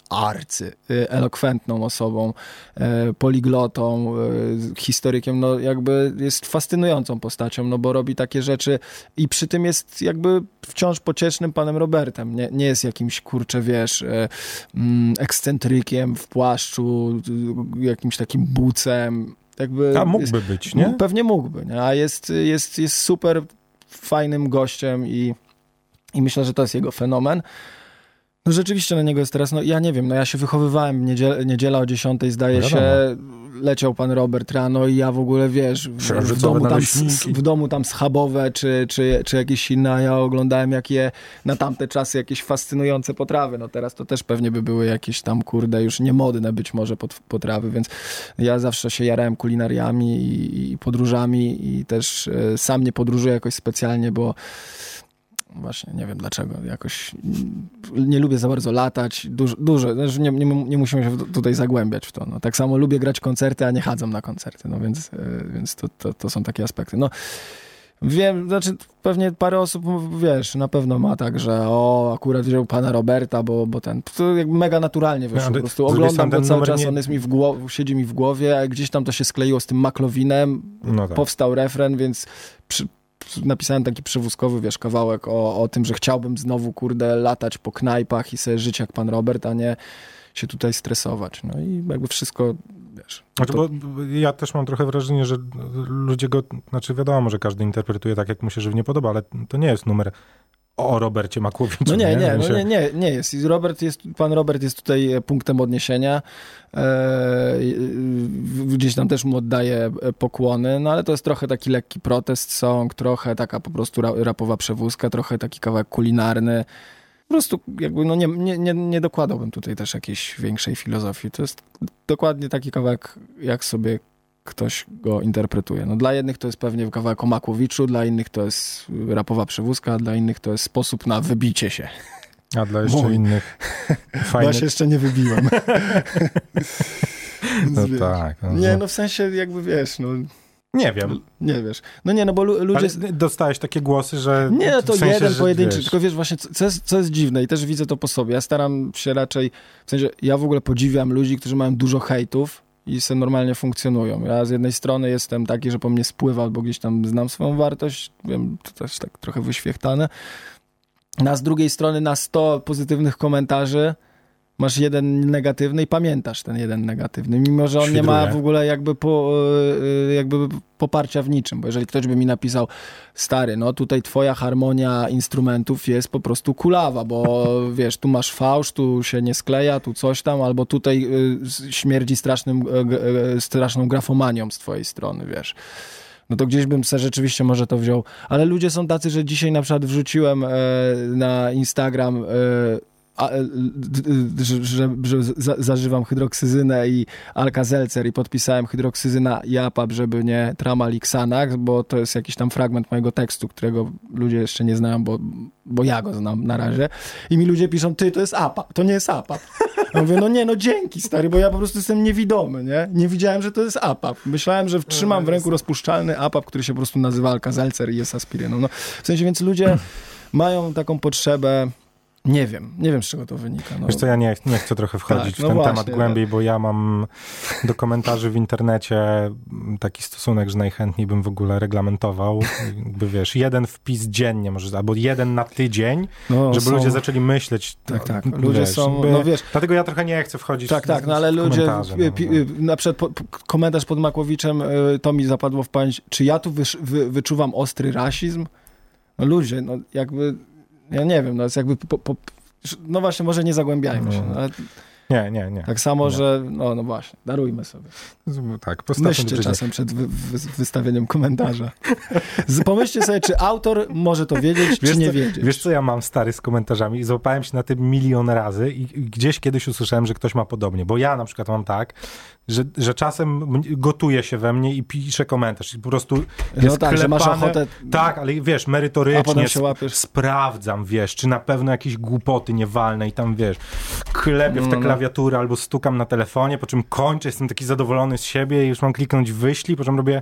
elokwentną osobą, poliglotą, historykiem, no jakby jest fascynującą postacią, no bo robi takie rzeczy i przy tym jest jakby wciąż pociesznym panem Robertem, nie jest jakimś, kurczę, wiesz, ekscentrykiem w płaszczu, jakimś takim bucem, jakby... A mógłby być, nie? Pewnie mógłby, nie? A jest super fajnym gościem i myślę, że to jest jego fenomen. No rzeczywiście na niego jest teraz, no ja nie wiem, no ja się wychowywałem, niedziela o 10 zdaje się, leciał pan Robert rano i ja w ogóle, wiesz, w domu tam schabowe czy jakieś inne, a ja oglądałem jakie na tamte czasy jakieś fascynujące potrawy, no teraz to też pewnie by były jakieś tam, kurde, już niemodne być może potrawy, więc ja zawsze się jarałem kulinariami i podróżami i też sam nie podróżuję jakoś specjalnie, bo właśnie, nie wiem dlaczego, jakoś nie lubię za bardzo latać, dużo, nie musimy się tutaj zagłębiać w to. No, tak samo lubię grać koncerty, a nie chadzam na koncerty, no więc to są takie aspekty. No, wiem, znaczy pewnie parę osób, wiesz, na pewno ma tak, że akurat wziął pana Roberta, bo ten, to jakby mega naturalnie, wiesz, po prostu oglądam go cały czas, on jest mi siedzi mi w głowie, a gdzieś tam to się skleiło z tym McLovinem, no tak. Powstał refren, więc napisałem taki przewózkowy, wiesz, kawałek o tym, że chciałbym znowu, kurde, latać po knajpach i sobie żyć jak pan Robert, a nie się tutaj stresować. No i jakby wszystko, wiesz. Znaczy, bo ja też mam trochę wrażenie, że ludzie go, znaczy wiadomo, że każdy interpretuje tak, jak mu się żywnie podoba, ale to nie jest numer o Robercie Makłowiczu. No nie jest. Pan Robert jest tutaj punktem odniesienia. Gdzieś tam też mu oddaję pokłony, no ale to jest trochę taki lekki protest song, trochę taka po prostu rapowa przewózka, trochę taki kawałek kulinarny. Po prostu jakby no nie dokładałbym tutaj też jakiejś większej filozofii. To jest dokładnie taki kawałek, jak sobie ktoś go interpretuje. No dla jednych to jest pewnie kawałek o Makłowiczu, dla innych to jest rapowa przewózka, a dla innych to jest sposób na wybicie się. A dla jeszcze innych fajne... Ja się jeszcze nie wybiłem. No tak. No. Nie, no w sensie jakby wiesz, no... Nie wiem. Nie wiesz. No nie, no bo ludzie... Ale dostałeś takie głosy, że... Nie, no to w sensie, jeden pojedynczy, wiesz... tylko wiesz właśnie, co jest dziwne i też widzę to po sobie. Ja staram się raczej, w sensie ja w ogóle podziwiam ludzi, którzy mają dużo hejtów i sobie normalnie funkcjonują. Ja z jednej strony jestem taki, że po mnie spływa, albo gdzieś tam znam swoją wartość, wiem, to też tak trochę wyświechtane. A z drugiej strony na 100 pozytywnych komentarzy masz jeden negatywny i pamiętasz ten jeden negatywny, mimo że on nie ma w ogóle jakby poparcia w niczym, bo jeżeli ktoś by mi napisał, stary, no tutaj twoja harmonia instrumentów jest po prostu kulawa, bo wiesz, tu masz fałsz, tu się nie skleja, tu coś tam, albo tutaj śmierdzi straszną grafomanią z twojej strony, wiesz. no to gdzieś bym se rzeczywiście może to wziął. Ale ludzie są tacy, że dzisiaj na przykład wrzuciłem na Instagram że zażywam hydroksyzynę i Alka-Seltzer i podpisałem hydroksyzyna i APAP, żeby nie Tramal i Xanax, bo to jest jakiś tam fragment mojego tekstu, którego ludzie jeszcze nie znają, bo ja go znam na razie. I mi ludzie piszą, to jest APAP, to nie jest APAP. Ja mówię, no dzięki stary, bo ja po prostu jestem niewidomy, nie? Nie widziałem, że to jest APAP. Myślałem, że trzymam w ręku rozpuszczalny APAP, który się po prostu nazywa Alka-Seltzer i jest aspiryną. No, w sensie, więc ludzie mają taką potrzebę. Nie wiem, z czego to wynika. No. Wiesz co, ja nie chcę trochę wchodzić w ten temat głębiej, bo ja mam do komentarzy w internecie taki stosunek, że najchętniej bym w ogóle reglamentował, jakby wiesz, jeden wpis dziennie może, albo jeden na tydzień, żeby ludzie zaczęli myśleć. Tak, ludzie wiesz, są, no wiesz. Dlatego ja trochę nie chcę wchodzić w no ale ludzie, na przykład komentarz pod Makłowiczem, to mi zapadło w pamięć, czy ja tu wyczuwam ostry rasizm? No ludzie, no jakby... Ja nie wiem, no jest jakby... no właśnie, może nie zagłębiajmy się. No, ale nie. Tak samo, że... No właśnie, darujmy sobie. Tak, myślcie czasem przed wystawieniem komentarza. Pomyślcie sobie, czy autor może to wiedzieć, czy nie wiedzieć. Wiesz, co ja mam, stary, z komentarzami? I złapałem się na tym milion razy i gdzieś kiedyś usłyszałem, że ktoś ma podobnie. Bo ja na przykład mam tak, że czasem gotuje się we mnie i pisze komentarz. I po prostu jest klepane. Że masz ochotę... Tak, ale wiesz, merytorycznie a potem się łapiesz. Sprawdzam, wiesz, czy na pewno jakieś głupoty nie walne i tam, wiesz, klepię w tę klawiaturę albo stukam na telefonie, po czym kończę, jestem taki zadowolony z siebie i już mam kliknąć wyślij, po czym robię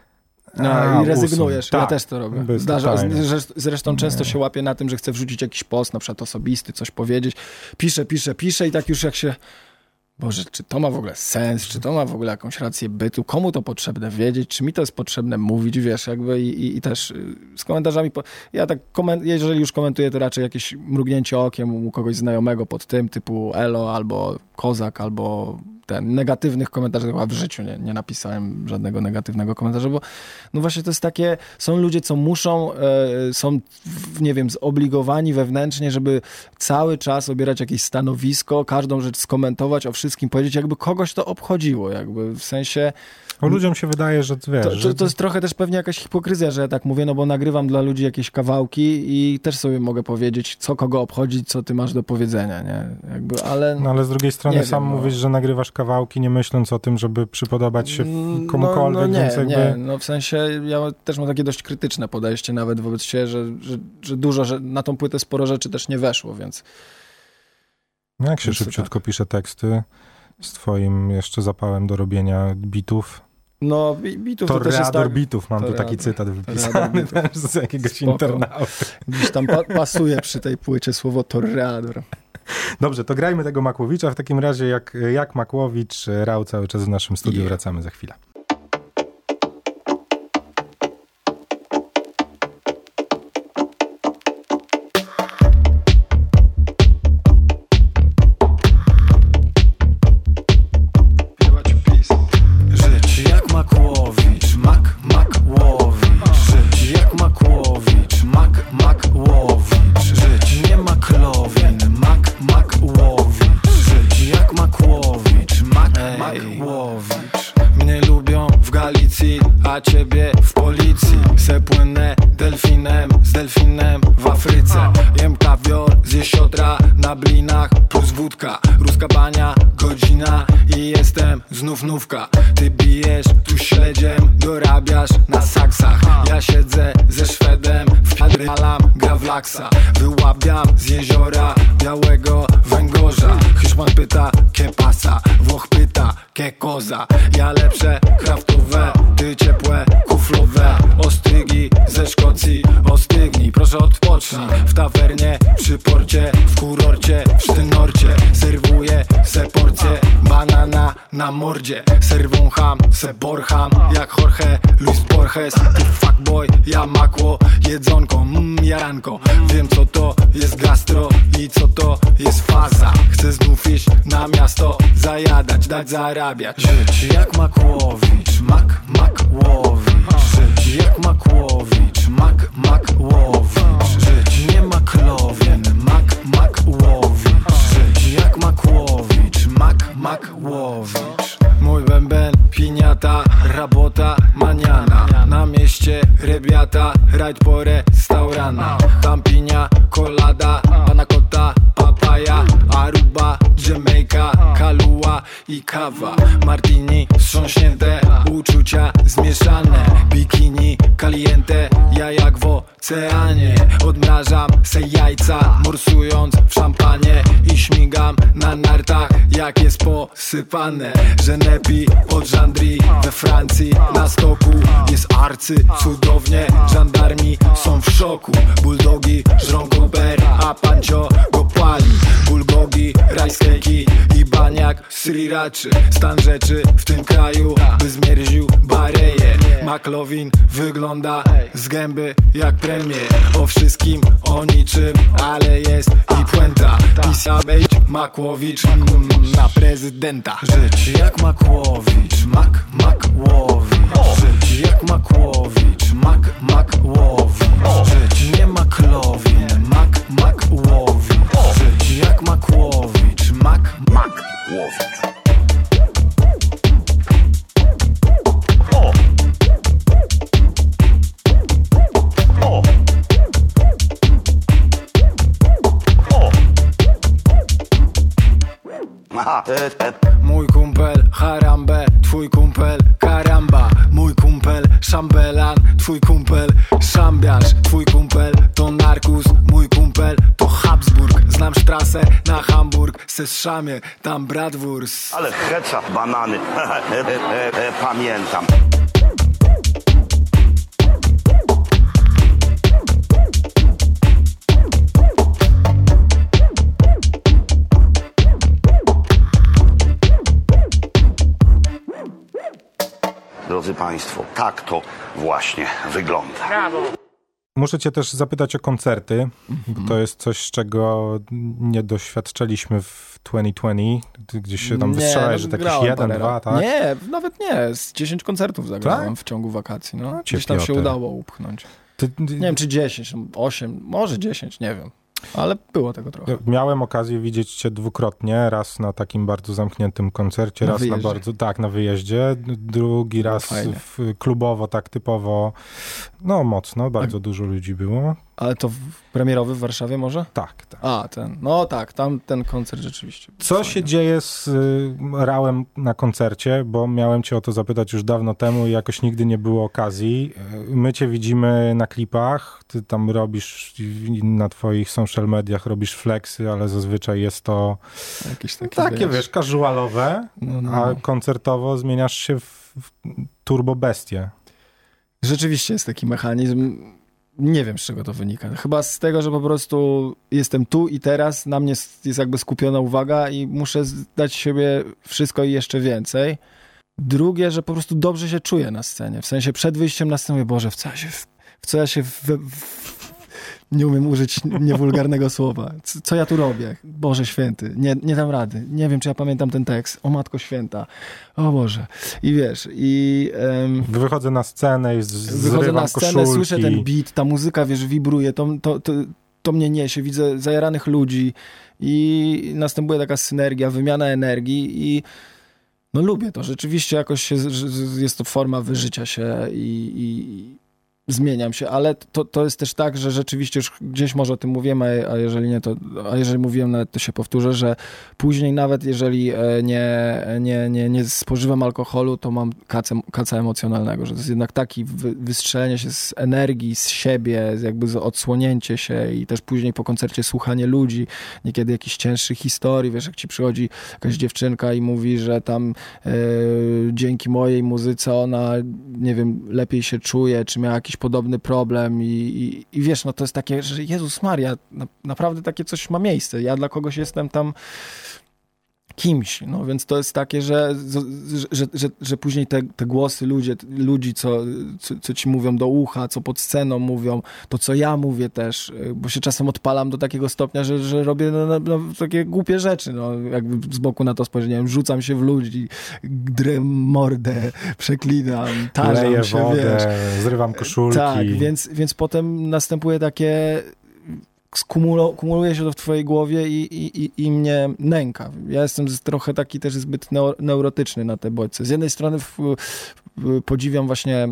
i rezygnujesz. Tak. Ja też to robię. Zresztą często się łapię na tym, że chcę wrzucić jakiś post, na przykład osobisty, coś powiedzieć. Piszę i tak już jak się... Boże, czy to ma w ogóle sens? Czy to ma w ogóle jakąś rację bytu? Komu to potrzebne wiedzieć? Czy mi to jest potrzebne mówić? Wiesz, jakby i też z komentarzami... Ja tak, jeżeli już komentuję, to raczej jakieś mrugnięcie okiem u kogoś znajomego pod tym, typu Elo, albo Kozak, albo negatywnych komentarzy. Chyba w życiu nie napisałem żadnego negatywnego komentarza, bo no właśnie to jest takie... Są ludzie, co muszą, są, nie wiem, zobligowani wewnętrznie, żeby cały czas obierać jakieś stanowisko, każdą rzecz skomentować, o wszystkim powiedzieć, jakby kogoś to obchodziło, jakby w sensie... Ludziom się wydaje, że wiesz... To jest trochę też pewnie jakaś hipokryzja, że ja tak mówię, no bo nagrywam dla ludzi jakieś kawałki i też sobie mogę powiedzieć, co kogo obchodzi, co ty masz do powiedzenia, nie? Jakby, ale... No ale z drugiej strony sam mówisz, że nagrywasz kawałki, nie myśląc o tym, żeby przypodobać się komukolwiek, więc jakby... No w sensie ja też mam takie dość krytyczne podejście nawet wobec siebie, że dużo, że na tą płytę sporo rzeczy też nie weszło, więc... No jak się szybciutko pisze teksty z twoim jeszcze zapałem do robienia bitów? No, bitów to też jest tak... bitów, mam tu taki cytat wypisany z jakiegoś internauty. Gdzieś tam pasuje przy tej płycie słowo torreador. Dobrze, to grajmy tego Makłowicza. W takim razie jak Makłowicz, Rał cały czas w naszym studiu. Wracamy za chwilę. A ciebie w policji. Se płynę delfinem, z delfinem w Afryce. Jem kawior z jesiotra na blinach plus wódka. Ruska bania, godzina i jestem znów nówka. Ty bijesz tu śledziem, dorabiasz na saksach. Ja siedzę ze Szwedem, wpalam, gra w laksa. Wyłapiam z jeziora białego węgorza. Hiszpan pyta, que pasa? Włoch pyta, que cosa? Ja lepsze kraftowe, ty ciepłe, kuflowe. Ostrygi ze Szkocji, ostygnij, proszę odpocznij. W tawernie, przy porcie, w kurorcie, w Sztynorcie. Serwuję se porcję banana na mordzie. Serwącham se borcham jak Jorge Luis Borges. Ty fuckboy, ja makło, jedzonko, jaranko. Wiem co to jest gastro i co to jest faza. Chcę znów iść na miasto, zajadać, dać zarabiać. Żyć jak Makłowicz, Makłowicz. Żyć jak Makłowicz, Makłowicz. Żyć nie Maklowin, Makłowicz. Żyć jak Makłowicz, Makłowicz. Mój bęben, piniata, rabota, maniana. Na Yerbiata, rajd po restaurana, champinia, colada, panna cotta, papaya, Aruba, Jamaica, Kahlua i kawa. Martini, wstrząśnięte, uczucia zmieszane, bikini, caliente, ja jak w oceanie. Odmrażam se jajca, morsując w szampanie i śmigam na nartach, jak jest posypane. Genepi od Żandrii we Francji, na stoku jest arcy cudownie. Żandarmi są w szoku, bulldogi żrą koper, a pancio go pali. Bulgogi, rajskeki i baniak sriraczy. Stan rzeczy w tym kraju, by zmierził bareje. McLovin wygląda z gęby jak premier. O wszystkim, o niczym, ale jest i puenta. Pisa być Makłowicz na prezydenta. Żyć jak Makłowicz, Makłowicz. Żyć jak Makłowicz, Makłowicz. Żyć nie McLovin, Makłowicz. Żyć jak Makłowicz, Makłowicz. Mój kumpel Harambe, twój kumpel Karamba. Mój kumpel Szambelan, twój kumpel Szambiarz. Twój kumpel to Narkus, mój kumpel to Habsburg. Znam Strassę na Hamburg, se szamie, tam bratwurst. Ale heca, banany, pamiętam. Drodzy Państwo, tak to właśnie wygląda. Muszę cię też zapytać o koncerty, bo to jest coś, czego nie doświadczyliśmy w 2020. Ty gdzieś się tam wystrzelałeś, że jakieś 1, 2, tak? Nie, nawet nie. Z 10 koncertów zagrałem tak? w ciągu wakacji. No. Cię Gdzieś tam się Piotr. udało upchnąć. Nie wiem, czy 10, 8, może 10, nie wiem. Ale było tego trochę. Miałem okazję widzieć cię dwukrotnie. Raz na takim bardzo zamkniętym koncercie, Na raz wyjeździe. na bardzo, tak, na wyjeździe. Drugi raz fajnie. klubowo, tak typowo, no mocno, bardzo dużo ludzi było. Ale to premierowy w Warszawie może? Tak, tak. A, ten. No tak, tam ten koncert rzeczywiście. Co fajny. się dzieje z Rałem na koncercie, bo miałem cię o to zapytać już dawno temu i jakoś nigdy nie było okazji. My cię widzimy na klipach, ty tam robisz na twoich social mediach, robisz flexy, ale zazwyczaj jest to Jakieś takie, wiesz, casualowe, No. a koncertowo zmieniasz się w turbo bestię. Rzeczywiście jest taki mechanizm. Nie wiem, z czego to wynika. Chyba z tego, że po prostu jestem tu i teraz, na mnie jest jakby skupiona uwaga i muszę dać siebie wszystko i jeszcze więcej. Drugie, że po prostu dobrze się czuję na scenie. W sensie przed wyjściem na scenę mówię, Boże, w co ja się nie umiem użyć niewulgarnego słowa. Co ja tu robię? Boże święty, nie dam rady. Nie wiem, czy ja pamiętam ten tekst. O Matko Święta. O Boże. I wiesz, Wychodzę na scenę i wychodzę na scenę, koszulki. słyszę ten beat, ta muzyka, wiesz, wibruje, to mnie niesie, widzę zajaranych ludzi i następuje taka synergia, wymiana energii i no lubię to. Rzeczywiście jakoś jest to forma wyżycia się i zmieniam się, ale to jest też tak, że rzeczywiście już gdzieś może o tym mówiłem, a jeżeli nie, a jeżeli mówiłem nawet, to się powtórzę, że później nawet jeżeli nie spożywam alkoholu, to mam kaca emocjonalnego, że to jest jednak taki wystrzelenie się z energii, z siebie, jakby odsłonięcie się i też później po koncercie słuchanie ludzi, niekiedy jakichś cięższych historii, wiesz, jak ci przychodzi jakaś dziewczynka i mówi, że tam dzięki mojej muzyce ona, nie wiem, lepiej się czuje, czy miała jakiś podobny problem i wiesz, no to jest takie, że Jezus Maria, naprawdę takie coś ma miejsce. Ja dla kogoś jestem tam kimś, no więc to jest takie, że później te głosy ludzi, co ci mówią do ucha, co pod sceną mówią, to co ja mówię też, bo się czasem odpalam do takiego stopnia, że robię takie głupie rzeczy, no jakby z boku na to spojrzałem, rzucam się w ludzi, drę mordę, przeklinam, tarzam leję się, wodę, wiesz. zrywam koszulki. Tak, więc potem następuje takie kumuluje się to w twojej głowie i mnie nęka. Ja jestem trochę taki też zbyt neurotyczny na te bodźce. Z jednej strony podziwiam właśnie,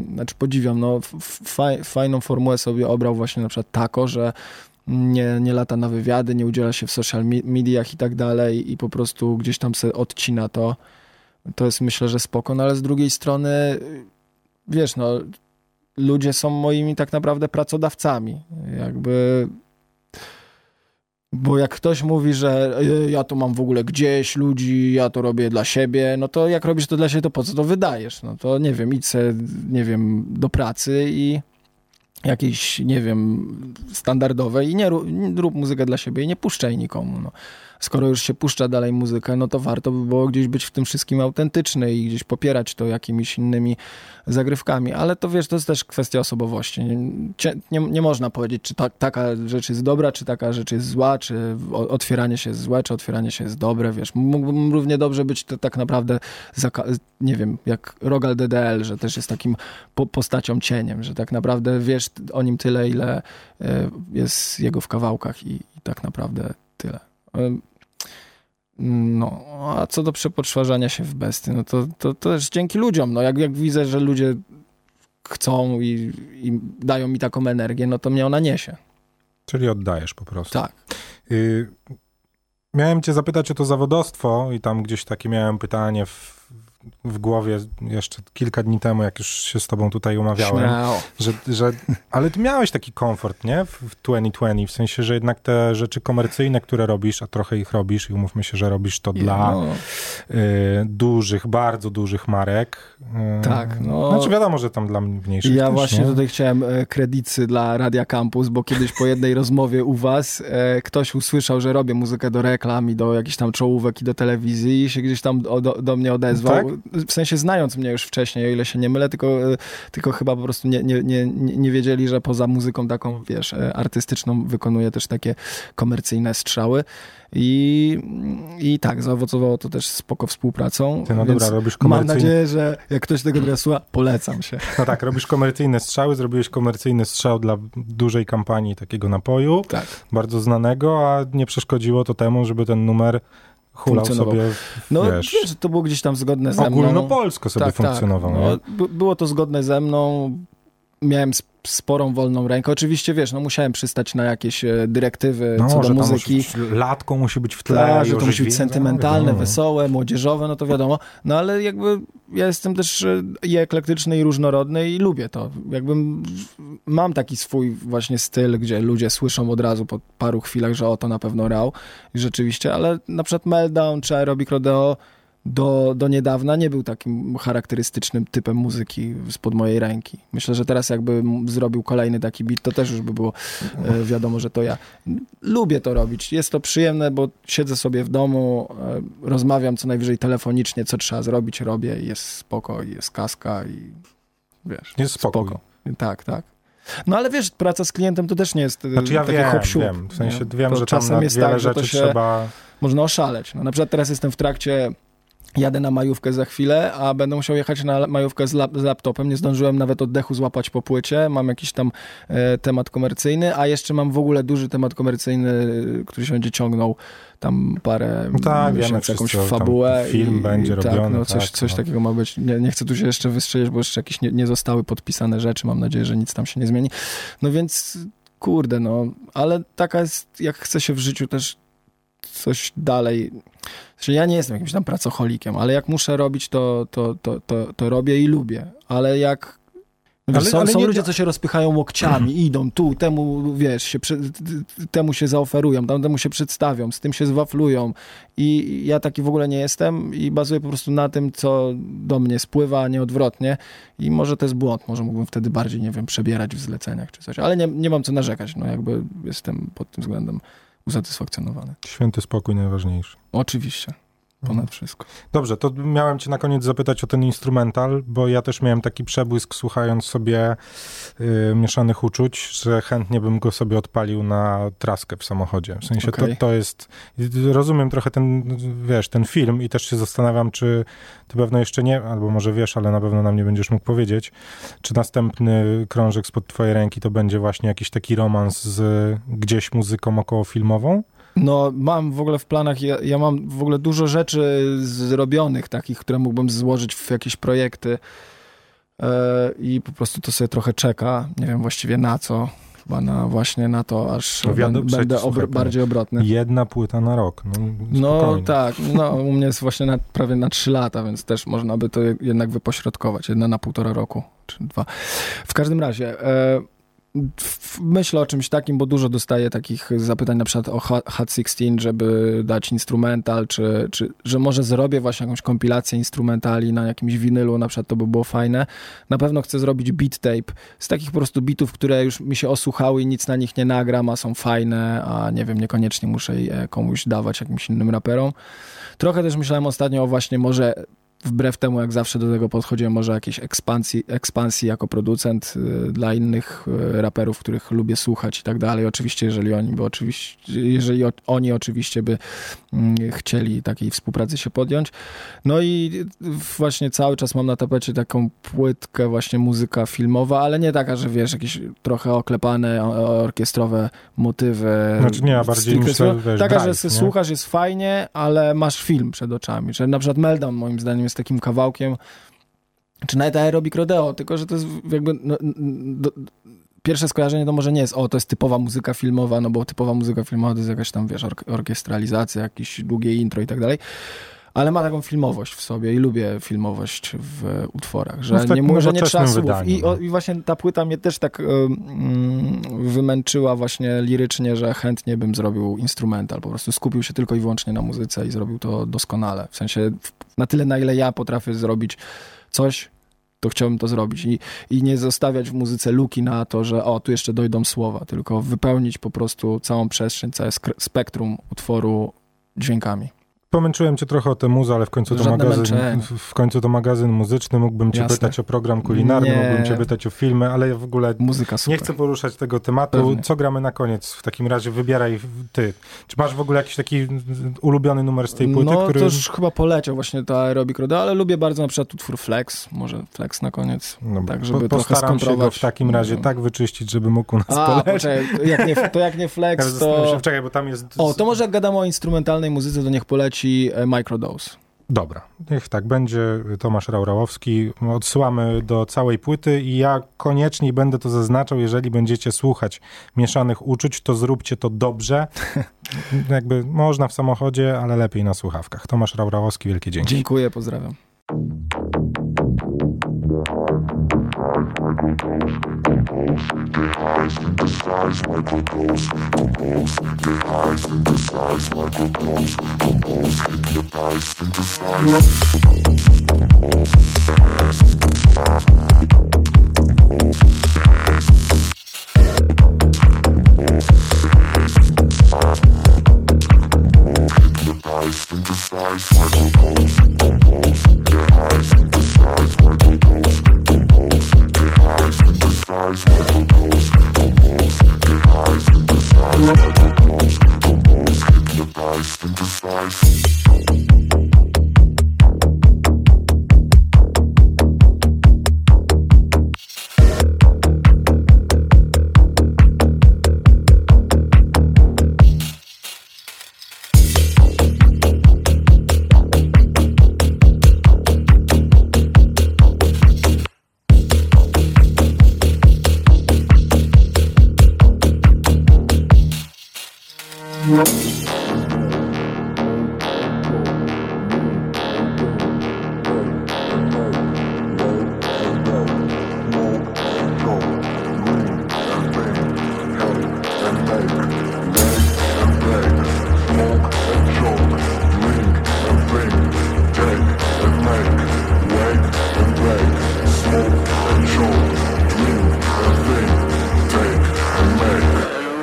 fajną formułę sobie obrał właśnie na przykład Tako, że nie lata na wywiady, nie udziela się w social mediach i tak dalej i po prostu gdzieś tam se odcina to. To jest, myślę, że spoko, no ale z drugiej strony, wiesz, no, ludzie są moimi tak naprawdę pracodawcami. Jakby... Bo jak ktoś mówi, że ja to mam w ogóle gdzieś ludzi, ja to robię dla siebie, no to jak robisz to dla siebie, to po co to wydajesz? No to nie wiem, idź se, nie wiem, do pracy i jakiejś, nie wiem, standardowej i nie rób muzykę dla siebie i nie puszczaj nikomu. No. Skoro już się puszcza dalej muzykę, no to warto by było gdzieś być w tym wszystkim autentyczny i gdzieś popierać to jakimiś innymi zagrywkami. Ale to wiesz, to jest też kwestia osobowości. Nie można powiedzieć, czy taka rzecz jest dobra, czy taka rzecz jest zła, czy otwieranie się jest złe, czy otwieranie się jest dobre. Wiesz, mógłbym równie dobrze być to tak naprawdę, nie wiem, jak Rogal DDL, że też jest takim postacią cieniem, że tak naprawdę wiesz o nim tyle, ile jest jego w kawałkach i tak naprawdę tyle. No, a co do przepoczwarzania się w besty, no to też dzięki ludziom. No, jak widzę, że ludzie chcą i dają mi taką energię, no to mnie ona niesie. Czyli oddajesz po prostu. Tak. Miałem cię zapytać o to zawodowstwo i tam gdzieś takie miałem pytanie w głowie jeszcze kilka dni temu, jak już się z tobą tutaj umawiałem. Ale ty miałeś taki komfort, nie? W 2020, w sensie, że jednak te rzeczy komercyjne, które robisz, a trochę ich robisz i umówmy się, że robisz to dla dużych, bardzo dużych marek. Tak, no. Znaczy wiadomo, że tam dla mniejszych Ja też, właśnie nie? tutaj chciałem kredyty dla Radia Campus, bo kiedyś po jednej rozmowie u was ktoś usłyszał, że robię muzykę do reklam i do jakichś tam czołówek i do telewizji i się gdzieś tam do mnie odezwał. Tak? W sensie znając mnie już wcześniej, o ile się nie mylę, tylko chyba po prostu nie wiedzieli, że poza muzyką taką, wiesz, artystyczną wykonuję też takie komercyjne strzały. I tak, zaowocowało to też spoko współpracą. Ty, no więc dobra, robisz mam nadzieję, że jak ktoś tego teraz słucha, polecam się. No tak, robisz komercyjne strzały, zrobiłeś komercyjny strzał dla dużej kampanii takiego napoju, tak. bardzo znanego, a nie przeszkodziło to temu, żeby ten numer hulał sobie, no, wiesz, to było gdzieś tam zgodne ze mną. Ogólnopolsko sobie funkcjonował. Tak. No, było to zgodne ze mną. Miałem sporą wolną rękę. Oczywiście, wiesz, no musiałem przystać na jakieś dyrektywy co do muzyki. Latko musi być w tle. Tak, że to musi być sentymentalne, wesołe, młodzieżowe, no to wiadomo. No ale jakby ja jestem też i eklektyczny, i różnorodny i lubię to. Jakby mam taki swój właśnie styl, gdzie ludzie słyszą od razu po paru chwilach, że o, to na pewno Rał. I rzeczywiście, ale na przykład Meltdown czy Aerobic Rodeo do niedawna nie był takim charakterystycznym typem muzyki spod mojej ręki. Myślę, że teraz jakby zrobił kolejny taki beat, to też już by było wiadomo, że to ja. Lubię to robić. Jest to przyjemne, bo siedzę sobie w domu, rozmawiam co najwyżej telefonicznie, co trzeba zrobić, robię i jest spoko, i jest kaska i wiesz. Jest spoko. Tak. No ale wiesz, praca z klientem to też nie jest znaczy ja wiem. W sensie wiem, że tam na wiele rzeczy trzeba... Można oszaleć. No, na przykład teraz jestem w trakcie. Jadę na majówkę za chwilę, a będę musiał jechać na majówkę z laptopem. Nie zdążyłem nawet oddechu złapać po płycie. Mam jakiś tam temat komercyjny, a jeszcze mam w ogóle duży temat komercyjny, który się będzie ciągnął tam parę miesięcy, jakąś fabułę. Film będzie robiony. No, coś takiego ma być. Nie chcę tu się jeszcze wystrzelić, bo jeszcze jakieś nie zostały podpisane rzeczy. Mam nadzieję, że nic tam się nie zmieni. No więc, kurde, no. Ale taka jest, jak chce się w życiu też coś dalej. Znaczy ja nie jestem jakimś tam pracocholikiem, ale jak muszę robić, to robię i lubię. Ale jak... Są ludzie, co się rozpychają łokciami, idą tu, temu, wiesz, temu się zaoferują, tamtemu się przedstawią, z tym się zwaflują. I ja taki w ogóle nie jestem i bazuję po prostu na tym, co do mnie spływa, a nie odwrotnie. I może to jest błąd, może mógłbym wtedy bardziej, nie wiem, przebierać w zleceniach czy coś. Ale nie mam co narzekać, no jakby jestem pod tym względem usatysfakcjonowany. Święty spokój najważniejszy. Oczywiście. ponad wszystko. Dobrze, to miałem cię na koniec zapytać o ten instrumental, bo ja też miałem taki przebłysk słuchając sobie Mieszanych Uczuć, że chętnie bym go sobie odpalił na traskę w samochodzie. W sensie to jest... Rozumiem trochę ten film i też się zastanawiam, czy ty pewno jeszcze nie, albo może wiesz, ale na pewno nam nie będziesz mógł powiedzieć, czy następny krążek spod twojej ręki to będzie właśnie jakiś taki romans z gdzieś muzyką okołofilmową? No, mam w ogóle w planach, ja mam w ogóle dużo rzeczy zrobionych, takich, które mógłbym złożyć w jakieś projekty i po prostu to sobie trochę czeka. Nie wiem właściwie na co. Chyba właśnie na to, aż będę bardziej obrotny. 1 płyta na rok. No tak, u mnie jest właśnie prawie na 3 lata, więc też można by to jednak wypośrodkować. 1 na 1,5 roku, czy 2. W każdym razie... Myślę o czymś takim, bo dużo dostaję takich zapytań na przykład o Hot 16, żeby dać instrumental, czy że może zrobię właśnie jakąś kompilację instrumentali na jakimś winylu, na przykład to by było fajne. Na pewno chcę zrobić beat tape z takich po prostu bitów, które już mi się osłuchały i nic na nich nie nagram, a są fajne, a nie wiem, niekoniecznie muszę je komuś dawać, jakimś innym raperom. Trochę też myślałem ostatnio o właśnie może... Wbrew temu, jak zawsze do tego podchodziłem, może jakiejś ekspansji jako producent dla innych raperów, których lubię słuchać i tak dalej. Oczywiście, jeżeli oni oczywiście by chcieli takiej współpracy się podjąć. No i właśnie cały czas mam na tapecie taką płytkę właśnie muzyka filmowa, ale nie taka, że wiesz, jakieś trochę oklepane orkiestrowe motywy. Znaczy nie, a bardziej myślę, taka, że słuchasz, jest fajnie, ale masz film przed oczami. Czyli na przykład Meltdown moim zdaniem jest takim kawałkiem, czy nawet Aerobic Rodeo, tylko że to jest jakby pierwsze skojarzenie to może nie jest, to jest typowa muzyka filmowa, no bo typowa muzyka filmowa to jest jakaś tam, wiesz, orkiestralizacja, jakieś długie intro i tak dalej, ale ma taką filmowość w sobie i lubię filmowość w utworach, że nie trzeba słów. I właśnie ta płyta mnie też tak wymęczyła właśnie lirycznie, że chętnie bym zrobił instrumental, po prostu skupił się tylko i wyłącznie na muzyce i zrobił to doskonale. W sensie na tyle, na ile ja potrafię zrobić coś, to chciałbym to zrobić i nie zostawiać w muzyce luki na to, że tu jeszcze dojdą słowa, tylko wypełnić po prostu całą przestrzeń, całe spektrum utworu dźwiękami. Pomęczyłem cię trochę o tę muzę, ale w końcu to magazyn muzyczny. Mógłbym cię pytać o program kulinarny, mógłbym cię pytać o filmy, ale ja w ogóle nie chcę poruszać tego tematu. Pewnie. Co gramy na koniec? W takim razie wybieraj ty. Czy masz w ogóle jakiś taki ulubiony numer z tej płyty? To już chyba poleciał właśnie ta Aerobic Rodeo, ale lubię bardzo na przykład utwór Flex. Może Flex na koniec. Tak, żeby trochę skontrować. Się go w takim razie tak wyczyścić, żeby mógł u nas polecieć. Jak nie Flex, to... Czekaj, bo tam jest... to może jak gadamy o instrumentalnej muzyce, to niech poleci Microdose. Dobra, niech tak będzie. Tomasz Raurałowski. Odsyłamy do całej płyty i ja koniecznie będę to zaznaczał, jeżeli będziecie słuchać Mieszanych Uczuć, to zróbcie to dobrze. Jakby można w samochodzie, ale lepiej na słuchawkach. Tomasz Raurałowski, wielkie dzięki. Dziękuję, pozdrawiam.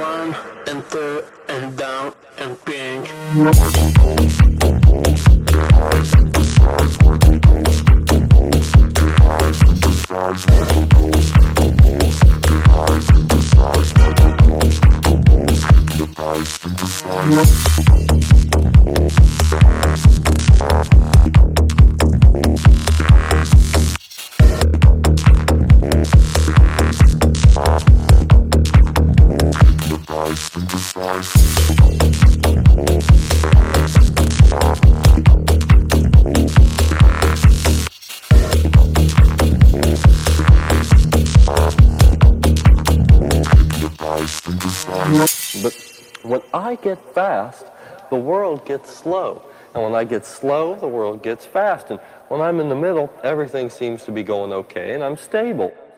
And down and pink. But when I get fast, the world gets slow. And when I get slow, the world gets fast. And when I'm in the middle, everything seems to be going okay, and I'm stable.